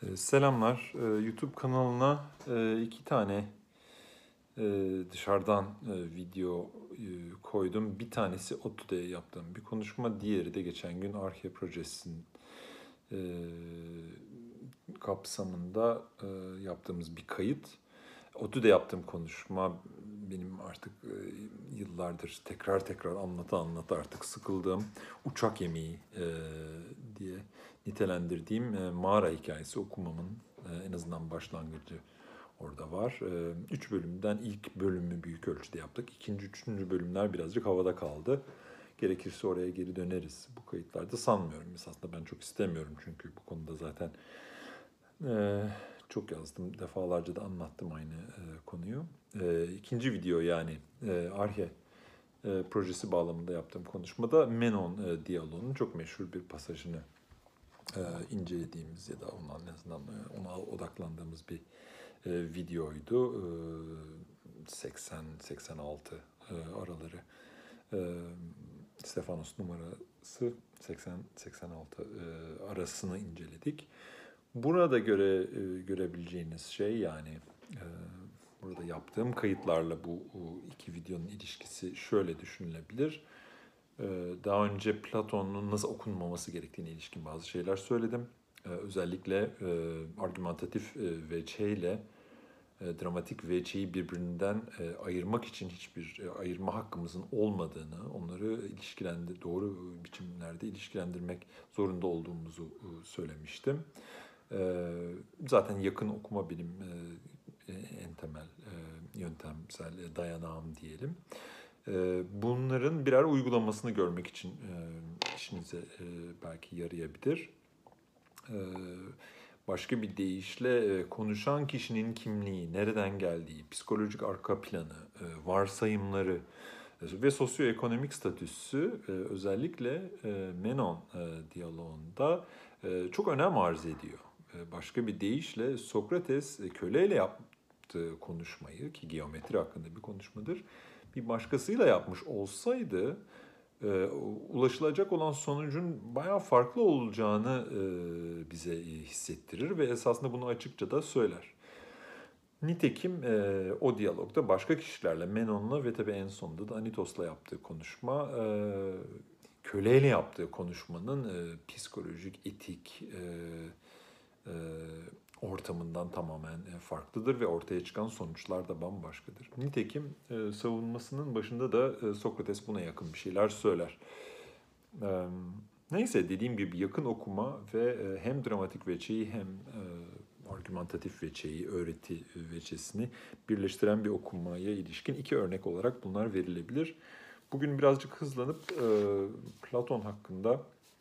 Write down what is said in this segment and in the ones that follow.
Selamlar. YouTube kanalına iki tane dışarıdan video koydum. Bir tanesi ODTÜ'de yaptığım bir konuşma, diğeri de geçen gün Arke projesinin e, kapsamında yaptığımız bir kayıt. ODTÜ'de yaptığım konuşma benim artık yıllardır tekrar tekrar anlata artık sıkıldığım uçak yemeği diye nitelendirdiğim mağara hikayesi okumamın en azından başlangıcı orada var. Üç bölümden ilk bölümü büyük ölçüde yaptık. İkinci, üçüncü bölümler birazcık havada kaldı. Gerekirse oraya geri döneriz. Bu kayıtlarda sanmıyorum. Aslında ben çok istemiyorum çünkü bu konuda zaten çok yazdım. Defalarca da anlattım aynı konuyu. İkinci video yani Arhe projesi bağlamında yaptığım konuşmada Menon diyaloğunun çok meşhur bir pasajını incelediğimiz ya da ondan en azından ona odaklandığımız bir videoydu. 80-86 araları. Stefanos numarası 80-86 arasını inceledik. Burada görebileceğiniz şey yani burada yaptığım kayıtlarla bu iki videonun ilişkisi şöyle düşünülebilir. Daha önce Platon'un nasıl okunmaması gerektiğine ilişkin bazı şeyler söyledim. Özellikle argümentatif veçeyle dramatik veçeyi birbirinden ayırmak için hiçbir ayırma hakkımızın olmadığını, onları doğru biçimlerde ilişkilendirmek zorunda olduğumuzu söylemiştim. Zaten yakın okuma benim en temel yöntemsel dayanağım diyelim. Bunların birer uygulamasını görmek için işinize belki yarayabilir. Başka bir deyişle konuşan kişinin kimliği, nereden geldiği, psikolojik arka planı, varsayımları ve sosyoekonomik statüsü özellikle Menon diyaloğunda çok önem arz ediyor. Başka bir deyişle Sokrates köleyle yaptığı konuşmayı, ki geometri hakkında bir konuşmadır, bir başkasıyla yapmış olsaydı ulaşılacak olan sonucun bayağı farklı olacağını bize hissettirir ve esasında bunu açıkça da söyler. Nitekim o diyalogda başka kişilerle, Menon'la ve tabii en sonunda da Anitos'la yaptığı konuşma, köleyle yaptığı konuşmanın psikolojik, etik ortamından tamamen farklıdır ve ortaya çıkan sonuçlar da bambaşkadır. Nitekim savunmasının başında da Sokrates buna yakın bir şeyler söyler. Neyse, dediğim gibi yakın okuma ve hem dramatik veçeyi hem argümentatif veçeyi, öğreti veçesini birleştiren bir okumaya ilişkin iki örnek olarak bunlar verilebilir. Bugün birazcık hızlanıp Platon hakkında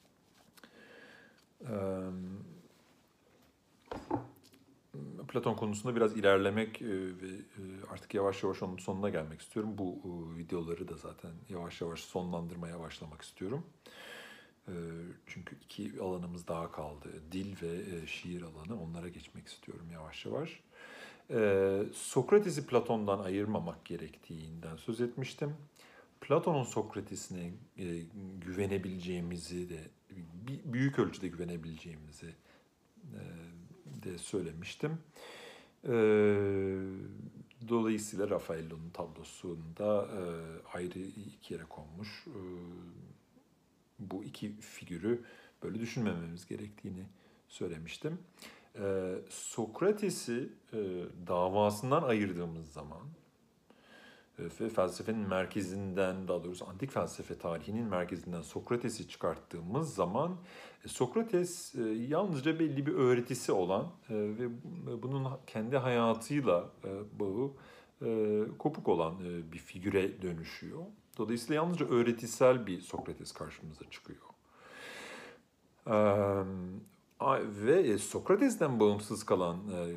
Platon konusunda biraz ilerlemek ve artık yavaş yavaş onun sonuna gelmek istiyorum. Bu videoları da zaten yavaş yavaş sonlandırmaya başlamak istiyorum. Çünkü iki alanımız daha kaldı. Dil ve şiir alanı. Onlara geçmek istiyorum yavaş yavaş. Sokrates'i Platon'dan ayırmamak gerektiğinden söz etmiştim. Platon'un Sokrates'ine güvenebileceğimizi de, büyük ölçüde güvenebileceğimizi de söylemiştim. Dolayısıyla Raffaello'nun tablosunda ayrı iki yere konmuş. Bu iki figürü böyle düşünmememiz gerektiğini söylemiştim. Sokrates'i davasından ayırdığımız zaman ve felsefenin merkezinden, daha doğrusu antik felsefe tarihinin merkezinden Sokrates'i çıkarttığımız zaman Sokrates yalnızca belli bir öğretisi olan ve bunun kendi hayatıyla bağı kopuk olan bir figüre dönüşüyor. Dolayısıyla yalnızca öğretisel bir Sokrates karşımıza çıkıyor. Ve Sokrates'ten bağımsız kalan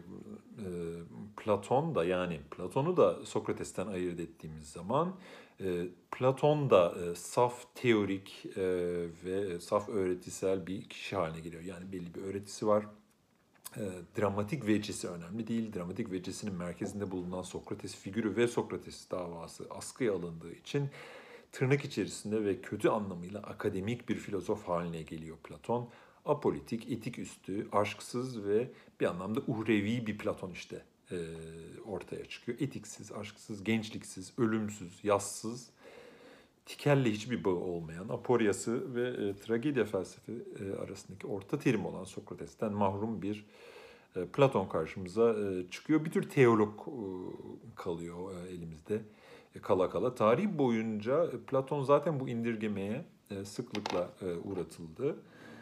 Platon da, yani Platon'u da Sokrates'ten ayırt ettiğimiz zaman Platon da saf teorik ve saf öğretisel bir kişi haline geliyor. Yani belli bir öğretisi var. Dramatik vecesi önemli değil. Dramatik vecesinin merkezinde bulunan Sokrates figürü ve Sokrates davası askıya alındığı için tırnak içerisinde ve kötü anlamıyla akademik bir filozof haline geliyor Platon. apolitik, etik üstü, aşksız ve bir anlamda uhrevi bir Platon işte ortaya çıkıyor. Etiksiz, aşksız, gençliksiz, ölümsüz, yassız, tikelle hiçbir bağı olmayan, aporyası ve tragedya felsefe arasındaki orta terim olan Sokrates'ten mahrum bir Platon karşımıza çıkıyor. Bir tür teolog kalıyor elimizde kala kala. Tarih boyunca Platon zaten bu indirgemeye sıklıkla uğratıldı.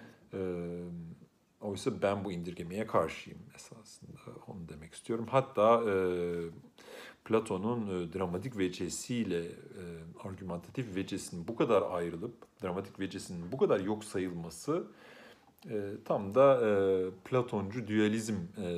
Oysa ben bu indirgemeye karşıyım esasında, onu demek istiyorum. Hatta Platon'un dramatik vecesiyle argümantatif vecesinin bu kadar ayrılıp, dramatik vecesinin bu kadar yok sayılması tam da Platoncu dualizm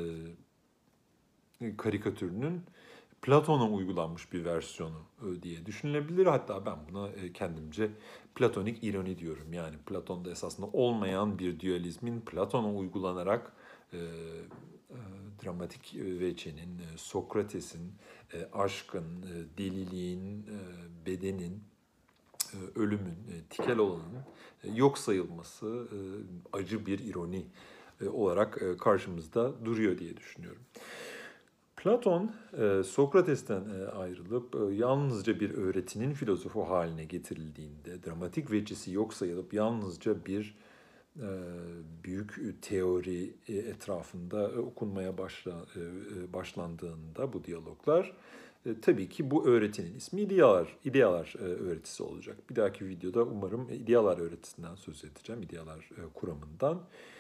karikatürünün Platon'a uygulanmış bir versiyonu diye düşünülebilir. Hatta ben buna kendimce platonik ironi diyorum. Yani Platon'da esasında olmayan bir dualizmin Platon'a uygulanarak dramatik vecenin, Sokrates'in, aşkın, deliliğin, bedenin, ölümün, tikel olanın yok sayılması acı bir ironi olarak karşımızda duruyor diye düşünüyorum. Platon, Sokrates'ten ayrılıp yalnızca bir öğretinin filozofu haline getirildiğinde, dramatik vecisi yok sayılıp yalnızca bir büyük teori etrafında okunmaya başlandığında bu diyaloglar, tabii ki bu öğretinin ismi İdealar öğretisi olacak. Bir dahaki videoda umarım İdealar öğretisinden söz edeceğim, İdealar kuramından.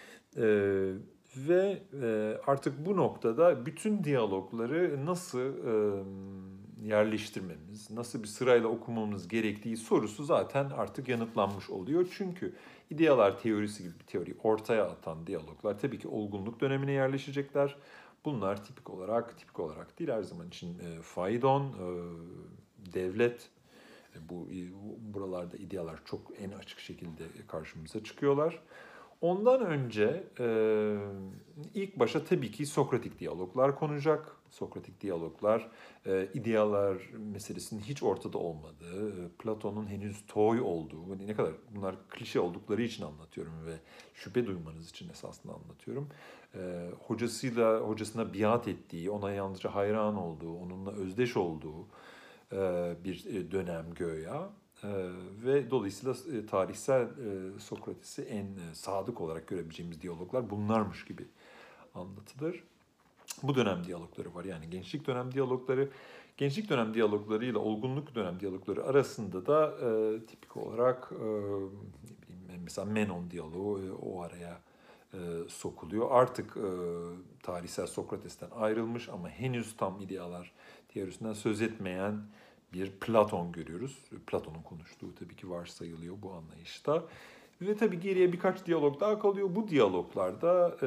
Ve artık bu noktada bütün diyalogları nasıl yerleştirmemiz, nasıl bir sırayla okumamız gerektiği sorusu zaten artık yanıtlanmış oluyor. Çünkü idealar teorisi gibi bir teori ortaya atan diyaloglar tabii ki olgunluk dönemine yerleşecekler. Bunlar tipik olarak değil her zaman için faydon, devlet, buralarda idealar çok en açık şekilde karşımıza çıkıyorlar. Ondan önce ilk başa tabii ki Sokratik diyaloglar konacak. Sokratik diyaloglar, idealar meselesinin hiç ortada olmadığı, Platon'un henüz toy olduğu, ne kadar bunlar klişe oldukları için anlatıyorum ve şüphe duymanız için esasında anlatıyorum. Hocasına biat ettiği, ona yalnızca hayran olduğu, onunla özdeş olduğu bir dönem göya. Ve dolayısıyla tarihsel Sokrates'i en sadık olarak görebileceğimiz diyaloglar bunlarmış gibi anlatılır. Bu dönem diyalogları var, yani gençlik dönem diyalogları. Gençlik dönem diyalogları ile olgunluk dönem diyalogları arasında da tipik olarak ne bileyim, mesela Menon diyaloğu o araya sokuluyor. Artık tarihsel Sokrates'ten ayrılmış ama henüz tam idealar teorisinden söz etmeyen bir Platon görüyoruz. Platon'un konuştuğu tabii ki varsayılıyor bu anlayışta. Ve tabii geriye birkaç diyalog daha kalıyor. Bu diyaloglarda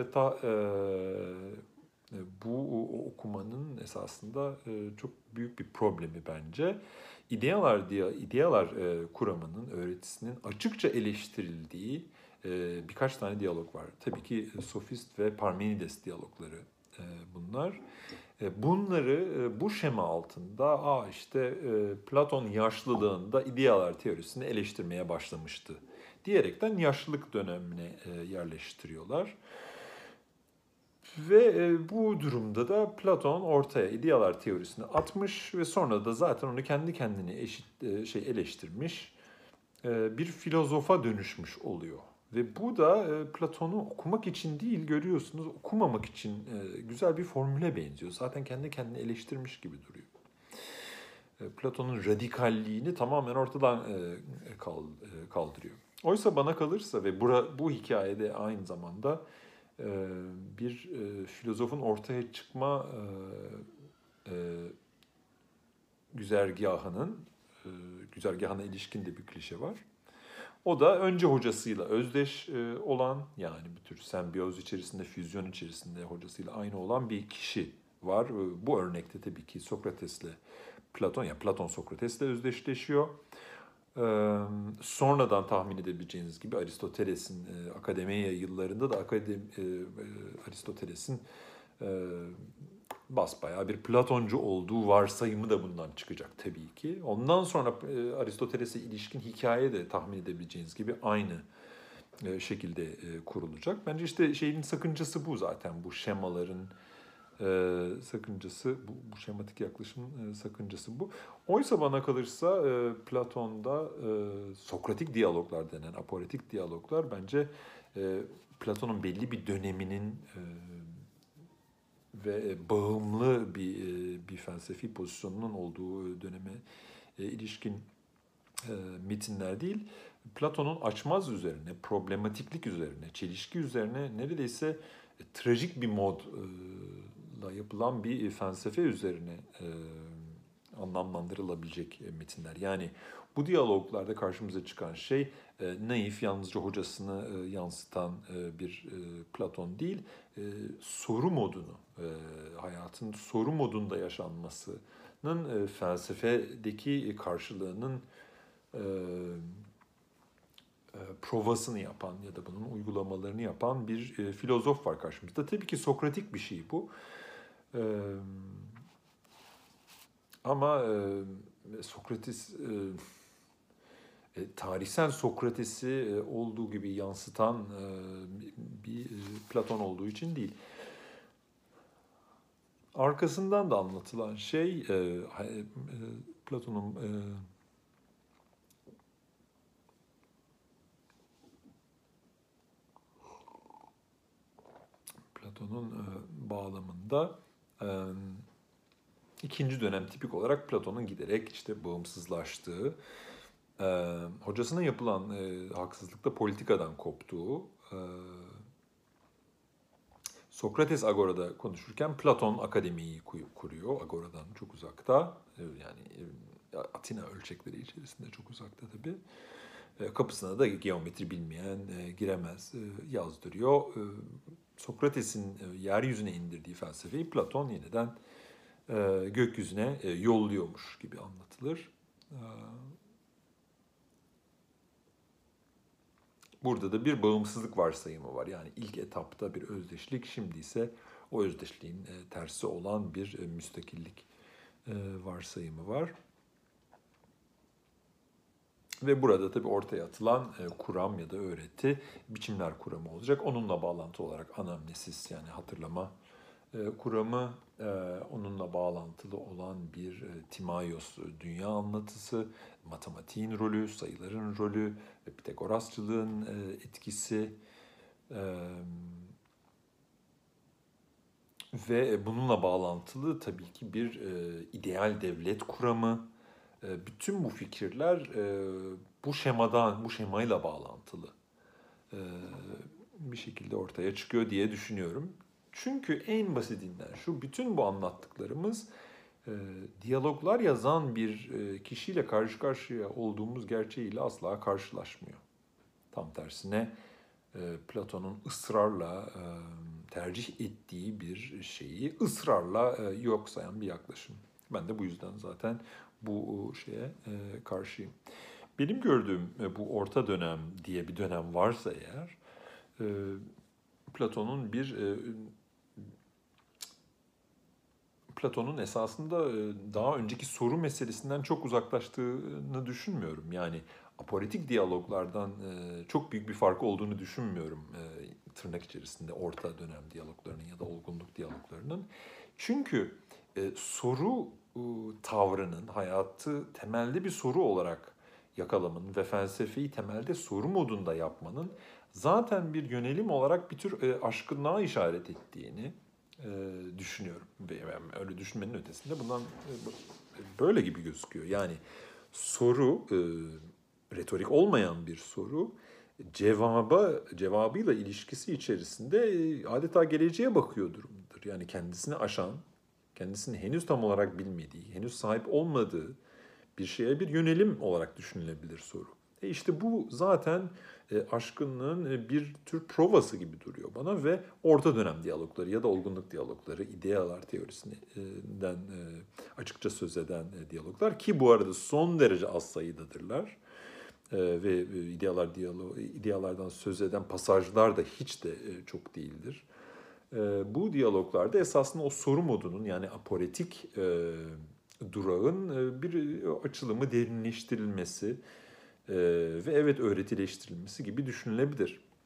bu okumanın esasında çok büyük bir problemi bence. İdealar kuramının, öğretisinin açıkça eleştirildiği birkaç tane diyalog var. Tabii ki Sofist ve Parmenides diyalogları bunlar. Bunları bu şema altında işte Platon yaşlılığında idealar teorisini eleştirmeye başlamıştı diyerekten yaşlılık dönemine yerleştiriyorlar. Ve bu durumda da Platon ortaya idealar teorisini atmış ve sonra da zaten onu kendi kendine eleştirmiş, bir filozofa dönüşmüş oluyor. Ve bu da Platon'u okumak için değil, görüyorsunuz, okumamak için güzel bir formüle benziyor. Zaten kendi kendini eleştirmiş gibi duruyor. Platon'un radikalliğini tamamen ortadan kaldırıyor. Oysa bana kalırsa ve bu hikayede aynı zamanda bir filozofun ortaya çıkma güzergahına ilişkin de bir klişe var. O da önce hocasıyla özdeş olan, yani bir tür sembiyoz içerisinde, füzyon içerisinde hocasıyla aynı olan bir kişi var. Bu örnekte tabii ki Platon Sokrates'le özdeşleşiyor. Sonradan tahmin edebileceğiniz gibi Aristoteles'in akademiya yıllarında da Aristoteles'in basbayağı bir Platoncu olduğu varsayımı da bundan çıkacak tabii ki. Ondan sonra Aristoteles'e ilişkin hikaye de tahmin edebileceğiniz gibi aynı şekilde kurulacak. Bence işte şeyin sakıncası bu zaten, bu şemaların sakıncası, bu şematik yaklaşımın sakıncası bu. Oysa bana kalırsa Platon'da Sokratik diyaloglar denen aporetik diyaloglar bence Platon'un belli bir döneminin ve bağımlı bir felsefi pozisyonunun olduğu döneme ilişkin metinler değil, Platon'un açmaz üzerine, problematiklik üzerine, çelişki üzerine neredeyse trajik bir modla yapılan bir felsefe üzerine anlamlandırılabilecek metinler. Yani bu diyaloglarda karşımıza çıkan şey naif, yalnızca hocasını yansıtan bir Platon değil, soru modunu, hayatın soru modunda yaşanmasının felsefedeki karşılığının provasını yapan ya da bunun uygulamalarını yapan bir filozof var karşımızda. Tabii ki Sokratik bir şey bu. Ama Sokrates tarihsel Sokrates'i olduğu gibi yansıtan bir Platon olduğu için değil. Arkasından da anlatılan şey Platon'un bağlamında ikinci dönem tipik olarak Platon'un giderek işte bağımsızlaştığı, hocasına yapılan haksızlıkta politikadan koptuğu, Sokrates Agora'da konuşurken Platon Akademi'yi kuruyor. Agora'dan çok uzakta, yani Atina ölçekleri içerisinde çok uzakta tabii. Kapısına da geometri bilmeyen giremez yazdırıyor. Sokrates'in yeryüzüne indirdiği felsefeyi Platon yeniden gökyüzüne yolluyormuş gibi anlatılır. Burada da bir bağımsızlık varsayımı var. Yani ilk etapta bir özdeşlik, şimdi ise o özdeşliğin tersi olan bir müstakillik varsayımı var. Ve burada tabii ortaya atılan kuram ya da öğreti biçimler kuramı olacak. Onunla bağlantı olarak anamnesis, yani hatırlama kuramı, onunla bağlantılı olan bir Timaios dünya anlatısı, matematiğin rolü, sayıların rolü, Pitagorasçılığın etkisi ve bununla bağlantılı tabii ki bir ideal devlet kuramı. Bütün bu fikirler bu şemayla bağlantılı bir şekilde ortaya çıkıyor diye düşünüyorum. Çünkü en basitinden şu, bütün bu anlattıklarımız diyaloglar yazan bir kişiyle karşı karşıya olduğumuz gerçeğiyle asla karşılaşmıyor. Tam tersine Platon'un ısrarla tercih ettiği bir şeyi ısrarla yok sayan bir yaklaşım. Ben de bu yüzden zaten bu şeye karşıyım. Benim gördüğüm bu orta dönem diye bir dönem varsa eğer, Platon'un esasında daha önceki soru meselesinden çok uzaklaştığını düşünmüyorum. Yani aporetik diyaloglardan çok büyük bir farkı olduğunu düşünmüyorum tırnak içerisinde orta dönem diyaloglarının ya da olgunluk diyaloglarının. Çünkü soru tavrının hayatı temelde bir soru olarak yakalamanın ve felsefeyi temelde soru modunda yapmanın zaten bir yönelim olarak bir tür aşkınlığa işaret ettiğini düşünüyorum. Ve ben öyle düşünmenin ötesinde bundan böyle gibi gözüküyor. Yani soru, retorik olmayan bir soru, cevabıyla ilişkisi içerisinde adeta geleceğe bakıyor durumdadır. Yani kendisini aşan, kendisini henüz tam olarak bilmediği, henüz sahip olmadığı bir şeye bir yönelim olarak düşünülebilir soru. İşte bu zaten aşkınlığın bir tür provası gibi duruyor bana ve orta dönem diyalogları ya da olgunluk diyalogları, idealar teorisinden açıkça söz eden diyaloglar, ki bu arada son derece az sayıdadırlar ve idealardan söz eden pasajlar da hiç de çok değildir. Bu diyaloglarda esasında o soru modunun, yani aporetik durağın bir açılımı, derinleştirilmesi ve evet öğretileştirilmesi gibi düşünülebilir.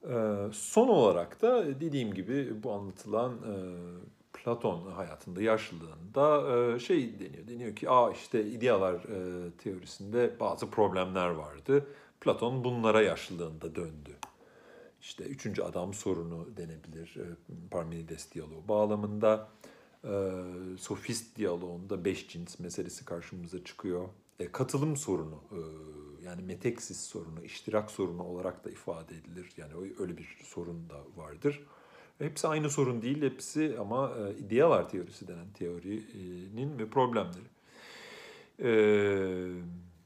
Son olarak da dediğim gibi bu anlatılan Platon hayatında, yaşlılığında şey deniyor. Deniyor ki işte idealar teorisinde bazı problemler vardı. Platon bunlara yaşlılığında döndü. İşte üçüncü adam sorunu denebilir Parmenides diyaloğu bağlamında. Sofist diyaloğunda beş cins meselesi karşımıza çıkıyor. Katılım sorunu, yani meteksis sorunu, iştirak sorunu olarak da ifade edilir. Yani öyle bir sorun da vardır. Hepsi aynı sorun değil, hepsi ama idealar teorisi denen teorinin ve problemleri. Ee,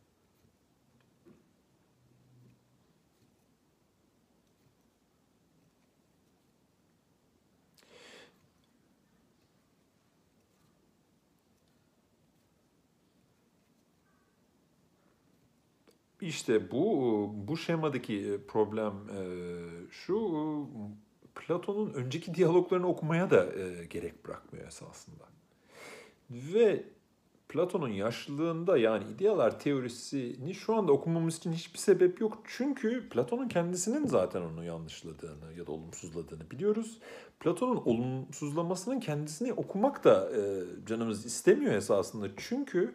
İşte bu şemadaki problem şu, Platon'un önceki diyaloglarını okumaya da gerek bırakmıyor esasında. Ve Platon'un yaşlılığında, yani idealar teorisini şu anda okumamız için hiçbir sebep yok. Çünkü Platon'un kendisinin zaten onu yanlışladığını ya da olumsuzladığını biliyoruz. Platon'un olumsuzlamasının kendisini okumak da canımız istemiyor esasında. Çünkü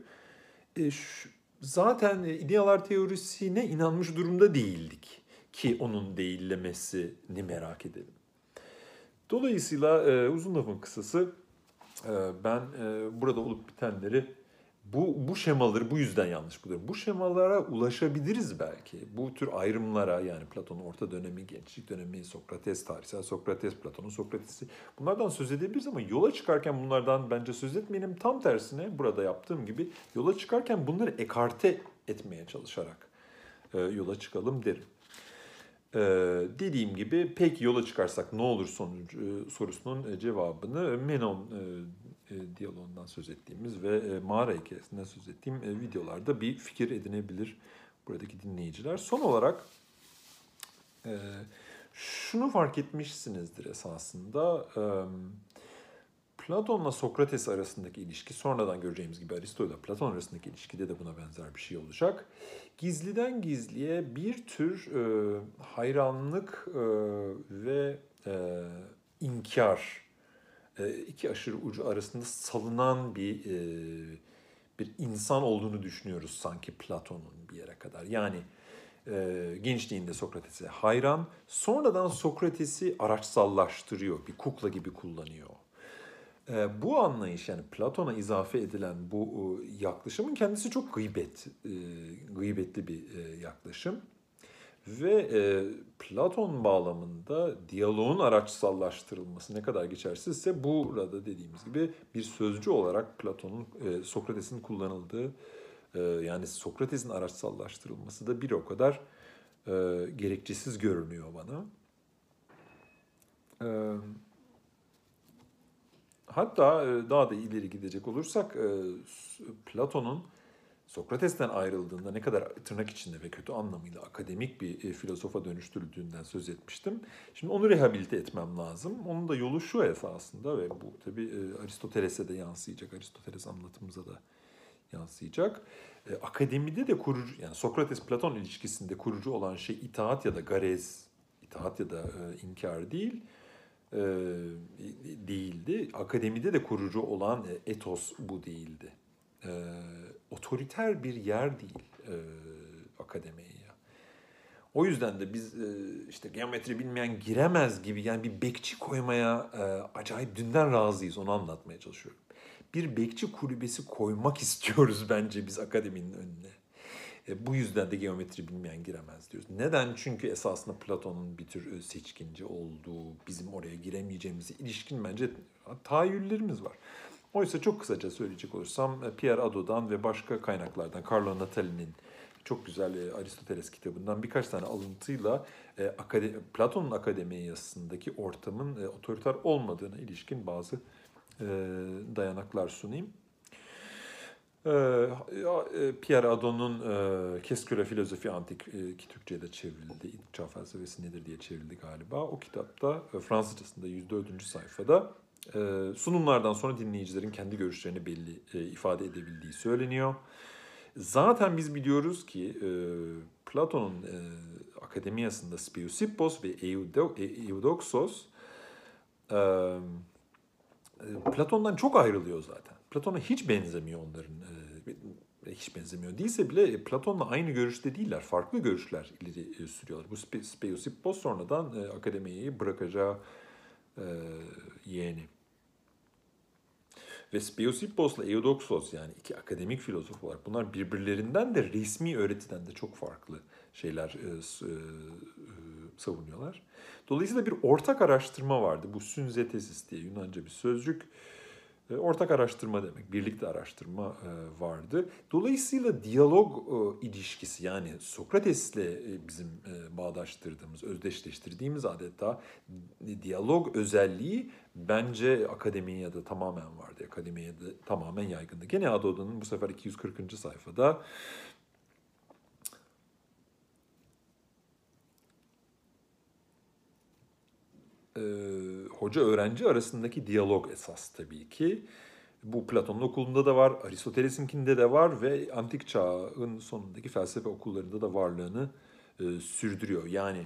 zaten idealar teorisine inanmış durumda değildik ki onun değillemesini merak edelim. Dolayısıyla uzun lafın kısası, ben burada olup bitenleri, bu şemaları bu yüzden yanlış buluyorum. Bu şemalara ulaşabiliriz belki. Bu tür ayrımlara, yani Platon'un orta dönemi, gençlik dönemi, Sokrates, tarihsel Sokrates, Platon'un Sokrates'i, bunlardan söz edebiliriz ama yola çıkarken bunlardan bence söz etmeyelim. Tam tersine burada yaptığım gibi yola çıkarken bunları ekarte etmeye çalışarak yola çıkalım derim. Dediğim gibi peki yola çıkarsak ne olur sorusunun cevabını Menon diyaloğundan söz ettiğimiz ve mağara hikayesinden söz ettiğim videolarda bir fikir edinebilir buradaki dinleyiciler. Son olarak şunu fark etmişsinizdir esasında. Platon'la Sokrates arasındaki ilişki, sonradan göreceğimiz gibi Aristo'yla Platon arasındaki ilişkide de buna benzer bir şey olacak. Gizliden gizliye bir tür hayranlık ve inkar, iki aşırı ucu arasında salınan bir insan olduğunu düşünüyoruz sanki Platon'un bir yere kadar. Yani gençliğinde Sokrates'e hayran, sonradan Sokrates'i araçsallaştırıyor, bir kukla gibi kullanıyor. Bu anlayış, yani Platon'a izafe edilen bu yaklaşımın kendisi çok gıybetli bir yaklaşım. Ve Platon bağlamında diyaloğun araçsallaştırılması ne kadar geçersizse, burada dediğimiz gibi bir sözcü olarak Platon'un, Sokrates'in kullanıldığı, yani Sokrates'in araçsallaştırılması da bir o kadar gereksiz görünüyor bana. Hatta daha da ileri gidecek olursak, Platon'un Sokrates'ten ayrıldığında ne kadar tırnak içinde ve kötü anlamıyla akademik bir filozofa dönüştürüldüğünden söz etmiştim. Şimdi onu rehabilite etmem lazım. Onun da yolu şu esasında, ve bu tabii Aristoteles'e de yansıyacak, Aristoteles anlatımıza da yansıyacak. Akademide de kurucu, yani Sokrates-Platon ilişkisinde kurucu olan şey itaat ya da garez, itaat ya da inkar değil, değildi. Akademide de kurucu olan etos bu değildi. Otoriter bir yer değil akademiye. O yüzden de biz işte geometri bilmeyen giremez gibi, yani bir bekçi koymaya acayip dünden razıyız, onu anlatmaya çalışıyorum. Bir bekçi kulübesi koymak istiyoruz bence biz akademinin önüne. Bu yüzden de geometri bilmeyen giremez diyoruz. Neden? Çünkü esasında Platon'un bir tür seçkinci olduğu, bizim oraya giremeyeceğimize ilişkin bence tahayyüllerimiz var. Oysa çok kısaca söyleyecek olursam, Pierre Hadot'dan ve başka kaynaklardan, Carlo Natali'nin çok güzel Aristoteles kitabından birkaç tane alıntıyla Platon'un akademiyasındaki ortamın otoriter olmadığına ilişkin bazı dayanaklar sunayım. Pierre Hadot'un Qu'est-ce la philosophie antique, ki Türkçe'ye de çevrildi, İlk Çağ Felsefesi Nedir diye çevrildi galiba. O kitapta Fransızcasında 104. sayfada sunumlardan sonra dinleyicilerin kendi görüşlerini ifade edebildiği söyleniyor. Zaten biz biliyoruz ki Platon'un akademiyasında Speusippos ve Eudoxos e, Platon'dan çok ayrılıyor zaten. Platon'a hiç benzemiyor onların. Hiç benzemiyor değilse bile Platon'la aynı görüşte değiller. Farklı görüşler ileri sürüyorlar. Bu Speusippos sonradan akademiyi bırakacağı e, yeğeni. Ve Speusipos'la Eudoxos yani iki akademik filozof olarak bunlar birbirlerinden de resmi öğretiden de çok farklı şeyler savunuyorlar. Dolayısıyla bir ortak araştırma vardı. Bu synthesis diye Yunanca bir sözcük. Ortak araştırma demek, birlikte araştırma vardı. Dolayısıyla diyalog ilişkisi yani Sokrates'le bizim bağdaştırdığımız, özdeşleştirdiğimiz adeta diyalog özelliği bence akademiyada tamamen vardı. Akademiyada tamamen yaygındı. Gene Adoda'nın bu sefer 240. sayfada hoca öğrenci arasındaki diyalog esas tabii ki. Bu Platon'un okulunda da var, Aristoteles'inkinde de var ve antik çağın sonundaki felsefe okullarında da varlığını sürdürüyor. Yani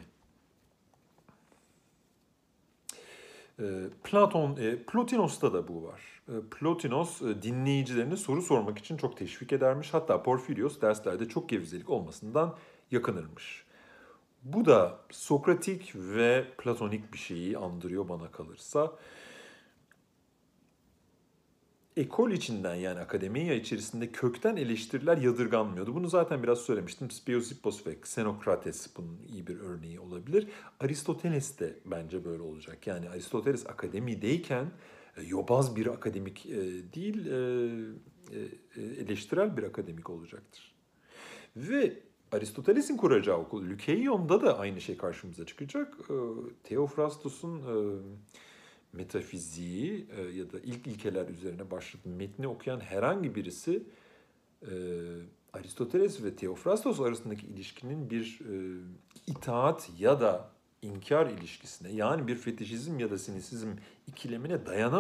Plotinos'ta da bu var. Plotinos dinleyicilerine soru sormak için çok teşvik edermiş. Hatta Porfirios derslerde çok gevezelik olmasından yakınırmış. Bu da Sokratik ve Platonik bir şeyi andırıyor bana kalırsa. Ekol içinden yani akademiya içerisinde kökten eleştiriler yadırganmıyordu. Bunu zaten biraz söylemiştim. Speusippos ve Xenokrates bunun iyi bir örneği olabilir. Aristoteles de bence böyle olacak. Yani Aristoteles akademideyken yobaz bir akademik değil, eleştirel bir akademik olacaktır. Ve Aristoteles'in kuracağı okul Lykeion'da da aynı şey karşımıza çıkacak. Theophrastus'un metafiziği ya da ilk ilkeler üzerine başlıklı metni okuyan herhangi birisi Aristoteles ve Theophrastos arasındaki ilişkinin bir itaat ya da inkar ilişkisine yani bir fetişizm ya da sinisizm ikilemine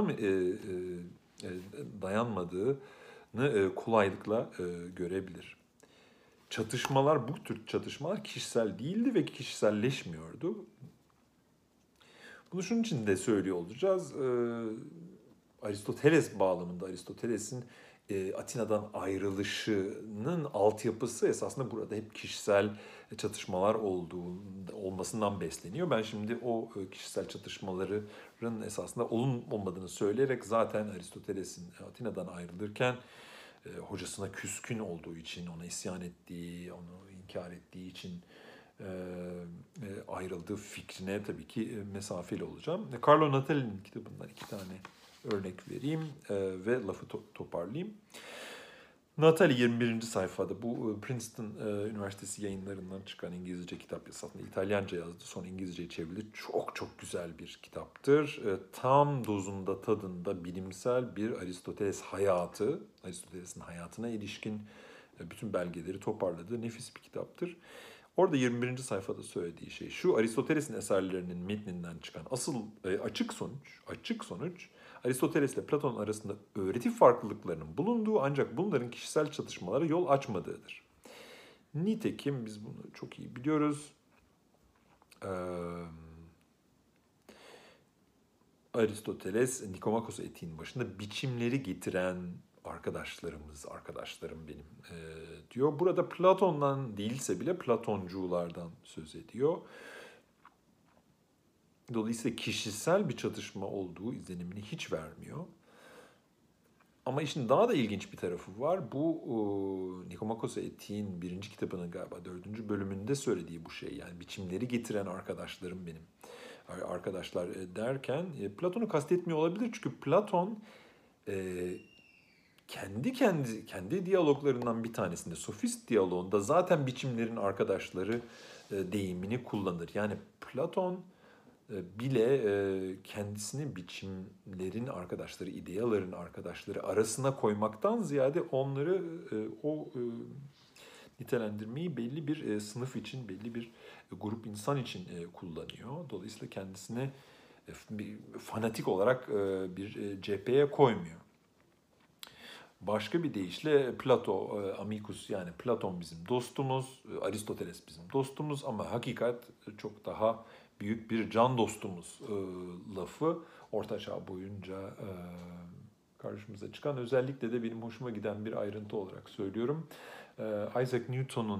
dayanmadığını kolaylıkla görebilir. Çatışmalar, bu tür çatışmalar kişisel değildi ve kişiselleşmiyordu. Bunu şunun için de söylüyor olacağız. Aristoteles bağlamında, Aristoteles'in Atina'dan ayrılışının altyapısı esasında burada hep kişisel çatışmalar olmasından besleniyor. Ben şimdi o kişisel çatışmaların esasında olmadığını söyleyerek zaten Aristoteles'in Atina'dan ayrılırken hocasına küskün olduğu için, ona isyan ettiği, onu inkar ettiği için ayrıldığı fikrine tabii ki mesafeli olacağım. Carlo Natali'nin kitabından 2 tane örnek vereyim ve lafı toparlayayım. Natali 21. sayfada bu Princeton Üniversitesi yayınlarından çıkan İngilizce kitap aslında İtalyanca yazdı. Sonra İngilizceye çevrildi. Çok çok güzel bir kitaptır. Tam dozunda, tadında bilimsel bir Aristoteles hayatı, Aristoteles'in hayatına ilişkin bütün belgeleri toparladığı nefis bir kitaptır. Orada 21. sayfada söylediği şey şu: Aristoteles'in eserlerinin metninden çıkan asıl açık sonuç Aristoteles ile Platon arasında öğreti farklılıklarının bulunduğu ancak bunların kişisel çatışmalara yol açmadığıdır. Nitekim biz bunu çok iyi biliyoruz. Aristoteles Nikomakos etiğinin başında biçimleri getiren arkadaşlarım benim diyor. Burada Platon'dan değilse bile Platonculardan söz ediyor. Dolayısıyla kişisel bir çatışma olduğu izlenimini hiç vermiyor. Ama işin daha da ilginç bir tarafı var. Bu Nikomakos etiğin 1. kitabının galiba 4. bölümünde söylediği bu şey. Yani biçimleri getiren arkadaşlarım benim. Arkadaşlar derken Platon'u kastetmiyor olabilir. Çünkü Platon kendi diyaloglarından bir tanesinde, Sofist diyaloğunda zaten biçimlerin arkadaşları deyimini kullanır. Yani Platon bile kendisini biçimlerin arkadaşları, ideaların arkadaşları arasına koymaktan ziyade onları nitelendirmeyi belli bir sınıf için, belli bir grup insan için kullanıyor. Dolayısıyla kendisini bir fanatik olarak bir cepheye koymuyor. Başka bir deyişle Plato, amicus, yani Platon bizim dostumuz, Aristoteles bizim dostumuz ama hakikat çok daha büyük bir can dostumuz lafı Orta Çağ boyunca karşımıza çıkan, özellikle de benim hoşuma giden bir ayrıntı olarak söylüyorum. Isaac Newton'un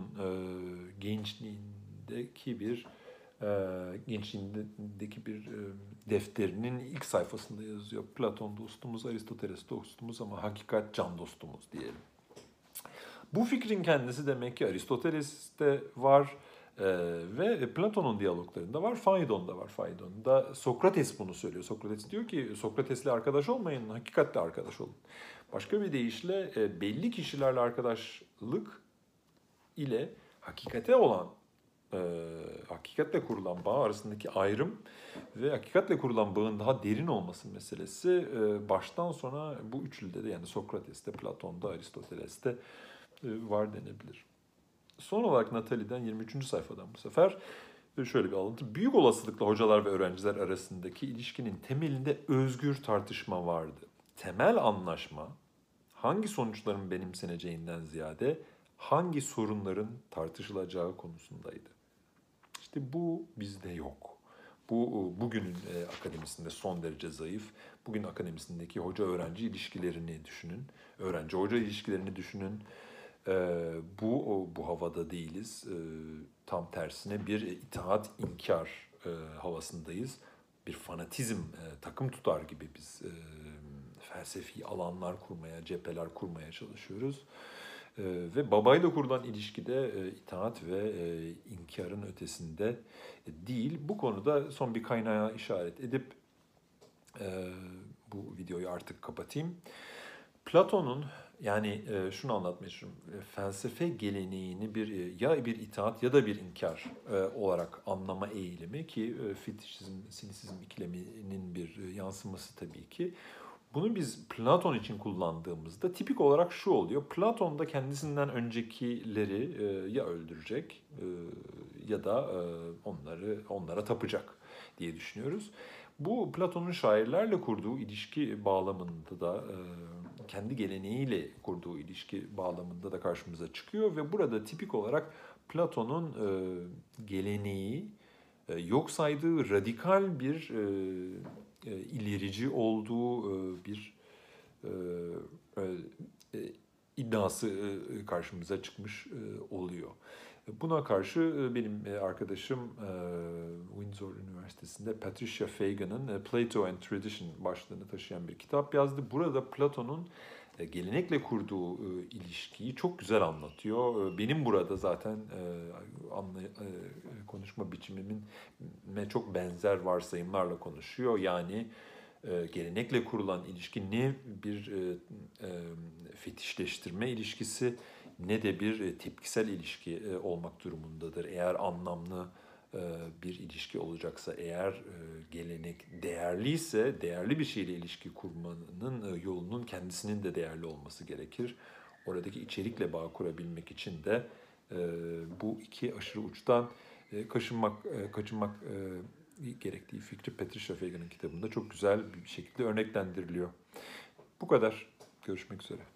gençliğindeki bir defterinin ilk sayfasında yazıyor. Platon dostumuz, Aristoteles dostumuz ama hakikat can dostumuz diyelim. Bu fikrin kendisi demek ki Aristoteles'te var ve Platon'un diyaloglarında var, Faidon'da var. Faidon'da Sokrates bunu söylüyor. Sokrates diyor ki Sokrates'le arkadaş olmayın, hakikatle arkadaş olun. Başka bir deyişle belli kişilerle arkadaşlık ile hakikate olan, hakikatle kurulan bağ arasındaki ayrım ve hakikatle kurulan bağın daha derin olması meselesi baştan sona bu üçlüde de, yani Sokrates'te, Platon'da, Aristoteles'te var denebilir. Son olarak Natalie'den 23. sayfadan bu sefer şöyle bir alıntı. Büyük olasılıkla hocalar ve öğrenciler arasındaki ilişkinin temelinde özgür tartışma vardı. Temel anlaşma hangi sonuçların benimseneceğinden ziyade hangi sorunların tartışılacağı konusundaydı. İşte bu bizde yok. Bu bugünün akademisinde son derece zayıf. Bugün akademisindeki hoca-öğrenci ilişkilerini düşünün. Öğrenci-hoca ilişkilerini düşünün. Bu havada değiliz. Tam tersine bir itaat, inkar havasındayız. Bir fanatizm, takım tutar gibi biz felsefi alanlar kurmaya, cepheler kurmaya çalışıyoruz. Ve babayla kurulan ilişkide itaat ve inkarın ötesinde değil. Bu konuda son bir kaynağa işaret edip bu videoyu artık kapatayım. Platon'un, yani şunu anlatmaya çalışıyorum. Felsefe geleneğini ya bir itaat ya da bir inkar olarak anlama eğilimi, ki fetişizm, sinisizm ikileminin bir yansıması tabii ki. Bunu biz Platon için kullandığımızda tipik olarak şu oluyor. Platon da kendisinden öncekileri ya öldürecek ya da onlara tapacak diye düşünüyoruz. Bu Platon'un şairlerle kurduğu ilişki bağlamında da kendi geleneğiyle kurduğu ilişki bağlamında da karşımıza çıkıyor ve burada tipik olarak Platon'un geleneği yok saydığı, radikal bir ilerici olduğu bir iddiası karşımıza çıkmış oluyor. Buna karşı benim arkadaşım Windsor Üniversitesi'nde Patricia Fagan'ın Plato and Tradition başlığını taşıyan bir kitap yazdı. Burada Platon'un gelenekle kurduğu ilişkiyi çok güzel anlatıyor. Benim burada zaten konuşma biçimime çok benzer varsayımlarla konuşuyor. Yani gelenekle kurulan ilişki ne bir fetişleştirme ilişkisi ne de bir tepkisel ilişki olmak durumundadır. Eğer anlamlı bir ilişki olacaksa, eğer gelenek değerliyse, değerli bir şeyle ilişki kurmanın yolunun kendisinin de değerli olması gerekir. Oradaki içerikle bağ kurabilmek için de bu iki aşırı uçtan kaçınmak gerektiği fikri Patricia Fagan'ın kitabında çok güzel bir şekilde örneklendiriliyor. Bu kadar. Görüşmek üzere.